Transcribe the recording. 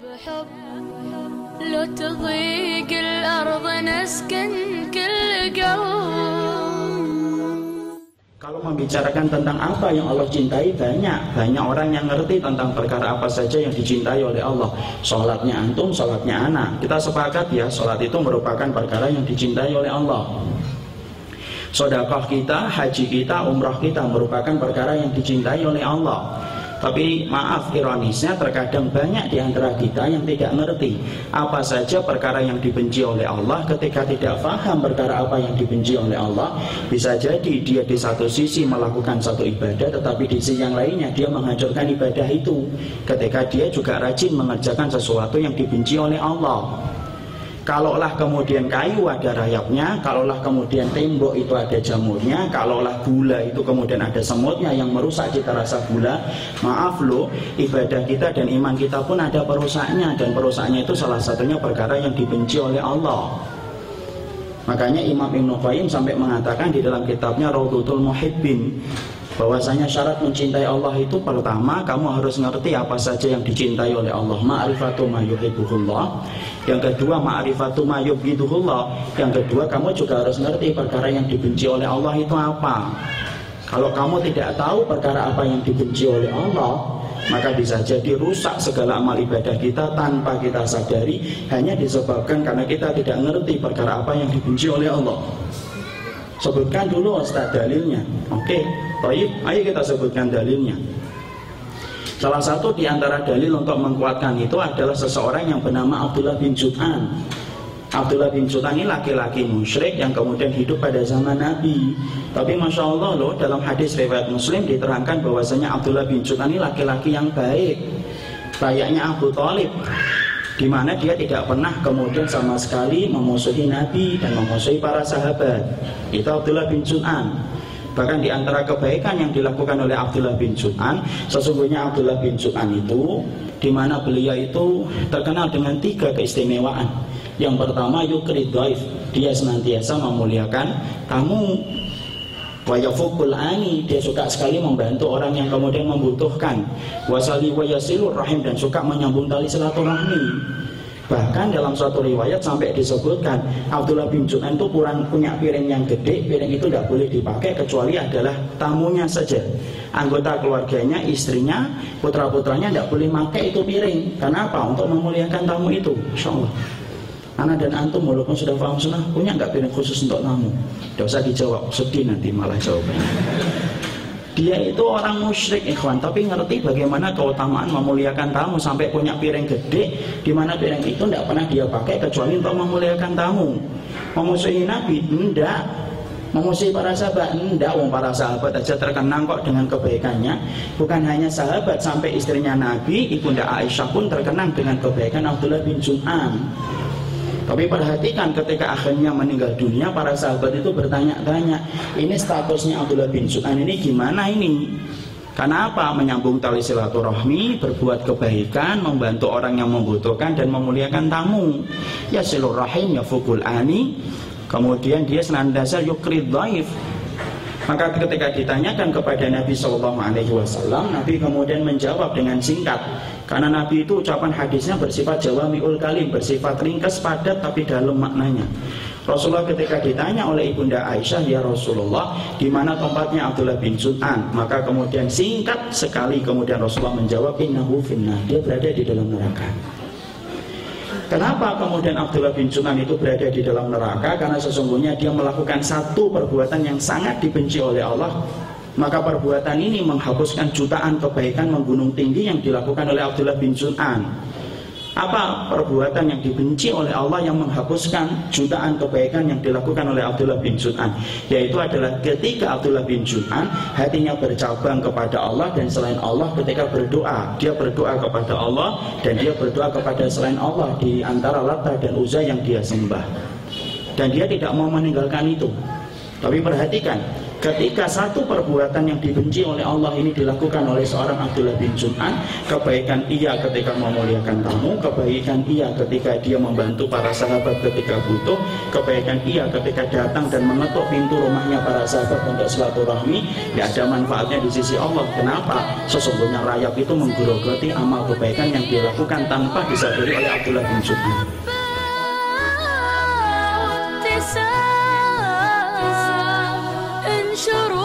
لو تضيق الأرض نسكن كل قلب. Kalau membicarakan tentang apa yang Allah cintai, banyak orang yang ngerti tentang perkara apa saja yang dicintai oleh Allah. Sholatnya antum, sholatnya anak. Kita sepakat ya, sholat itu merupakan perkara yang dicintai oleh Allah. Sedekah kita, haji kita, umrah kita merupakan perkara yang dicintai oleh Allah. Tapi maaf, ironisnya terkadang banyak di antara kita yang tidak mengerti apa saja perkara yang dibenci oleh Allah. Ketika tidak paham perkara apa yang dibenci oleh Allah, bisa jadi dia di satu sisi melakukan satu ibadah, tetapi di sisi yang lainnya dia menghancurkan ibadah itu ketika dia juga rajin mengerjakan sesuatu yang dibenci oleh Allah. Kalaulah kemudian kayu ada rayapnya, kalaulah kemudian tembok itu ada jamurnya, kalaulah gula itu kemudian ada semutnya yang merusak cita rasa gula, maaf loh, ibadah kita dan iman kita pun ada perusaknya, dan perusaknya itu salah satunya perkara yang dibenci oleh Allah. Makanya Imam Ibnu Qayyim sampai mengatakan di dalam kitabnya Raudhatul Muhibbin, bahwasanya syarat mencintai Allah itu pertama kamu harus ngerti apa saja yang dicintai oleh Allah, ma'rifatu ma yuhibbuhullah. Yang kedua ma'rifatu ma yubghiduhullah. Yang kedua kamu juga harus ngerti perkara yang dibenci oleh Allah itu apa. Kalau kamu tidak tahu perkara apa yang dibenci oleh Allah, maka bisa jadi rusak segala amal ibadah kita tanpa kita sadari, hanya disebabkan karena kita tidak ngerti perkara apa yang dibenci oleh Allah. Sebutkan dulu Ustaz dalilnya. Oke, baik, ayo kita sebutkan dalilnya. Salah satu di antara dalil untuk menguatkan itu adalah seseorang yang bernama Abdullah bin Jud'an. Abdullah bin Jud'an ini laki-laki musyrik yang kemudian hidup pada zaman Nabi. Tapi Masya Allah loh, dalam hadis riwayat Muslim diterangkan bahwasanya Abdullah bin Jud'an ini laki-laki yang baik, layaknya Abu Thalib, di mana dia tidak pernah kemudian sama sekali memusuhi Nabi dan memusuhi para sahabat. Itu Abdullah bin Jud'an. Bahkan di antara kebaikan yang dilakukan oleh Abdullah bin Jud'an, sesungguhnya Abdullah bin Jud'an itu, di mana beliau itu terkenal dengan 3 keistimewaan. Yang pertama yukrid dhaif, dia senantiasa memuliakan tamu. Wa yafukul ani, dia suka sekali membantu orang yang kemudian membutuhkan. Wasali wa yasilur rahim, dan suka menyambung tali silaturahmi. Bahkan dalam suatu riwayat sampai disebutkan Abdullah bin Jud'an itu punya piring yang gede, piring itu tidak boleh dipakai kecuali adalah tamunya saja. Anggota keluarganya, istrinya, putra-putranya tidak boleh pakai itu piring. Kenapa? Untuk memuliakan tamu itu. Insya Allah. Anak dan antum walaupun sudah paham sunnah, punya nggak piring khusus untuk tamu? Tidak usah dijawab, sedih nanti malah jawabannya. Dia itu orang musyrik ikhwan, tapi ngerti bagaimana keutamaan memuliakan tamu, sampai punya piring gede, di mana piring itu tidak pernah dia pakai kecuali untuk memuliakan tamu. Memusuhi Nabi? Enggak. Memusuhi para sahabat? Enggak. Para sahabat aja terkenang kok dengan kebaikannya. Bukan hanya sahabat, sampai istrinya Nabi, Ibunda Aisyah pun terkenang dengan kebaikan Abdullah bin Jud'an. Tapi perhatikan ketika akhirnya meninggal dunia, para sahabat itu bertanya-tanya, ini statusnya Abdullah bin Jud'an ini gimana ini? Karena apa? Menyambung tali silaturahmi, berbuat kebaikan, membantu orang yang membutuhkan, dan memuliakan tamu. Ya silaturahim, ya fukul ani. Kemudian dia senantiasa yukrid dhaif. Maka ketika ditanyakan kepada Nabi SAW, Nabi kemudian menjawab dengan singkat. Karena Nabi itu ucapan hadisnya bersifat jawami'ul kalim, bersifat ringkas, padat, tapi dalam maknanya. Rasulullah ketika ditanya oleh Ibunda Aisyah, ya Rasulullah, di mana tempatnya Abdullah bin Jud'an? Maka kemudian singkat sekali kemudian Rasulullah menjawab, innahu finnah, dia berada di dalam neraka. Kenapa kemudian Abdullah bin Jud'an itu berada di dalam neraka? Karena sesungguhnya dia melakukan satu perbuatan yang sangat dibenci oleh Allah. Maka perbuatan ini menghapuskan jutaan kebaikan menggunung tinggi yang dilakukan oleh Abdullah bin Jud'an. Apa perbuatan yang dibenci oleh Allah yang menghapuskan jutaan kebaikan yang dilakukan oleh Abdullah bin Jud'an? Yaitu adalah ketika Abdullah bin Jud'an hatinya bercabang kepada Allah dan selain Allah ketika berdoa. Dia berdoa kepada Allah dan dia berdoa kepada selain Allah di antara Lata dan Uzza yang dia sembah. Dan dia tidak mau meninggalkan itu. Tapi perhatikan, Ketika satu perbuatan yang dibenci oleh Allah ini dilakukan oleh seorang Abdullah bin Jum'ah, kebaikan ia ketika memuliakan tamu, kebaikan ia ketika dia membantu para sahabat ketika butuh, kebaikan ia ketika datang dan mengetuk pintu rumahnya para sahabat untuk silaturahmi, ya ada manfaatnya di sisi Allah. Kenapa? Sesungguhnya rayap itu menggerogoti amal kebaikan yang dilakukan tanpa disadari oleh Abdullah bin Jum'ah. انشروا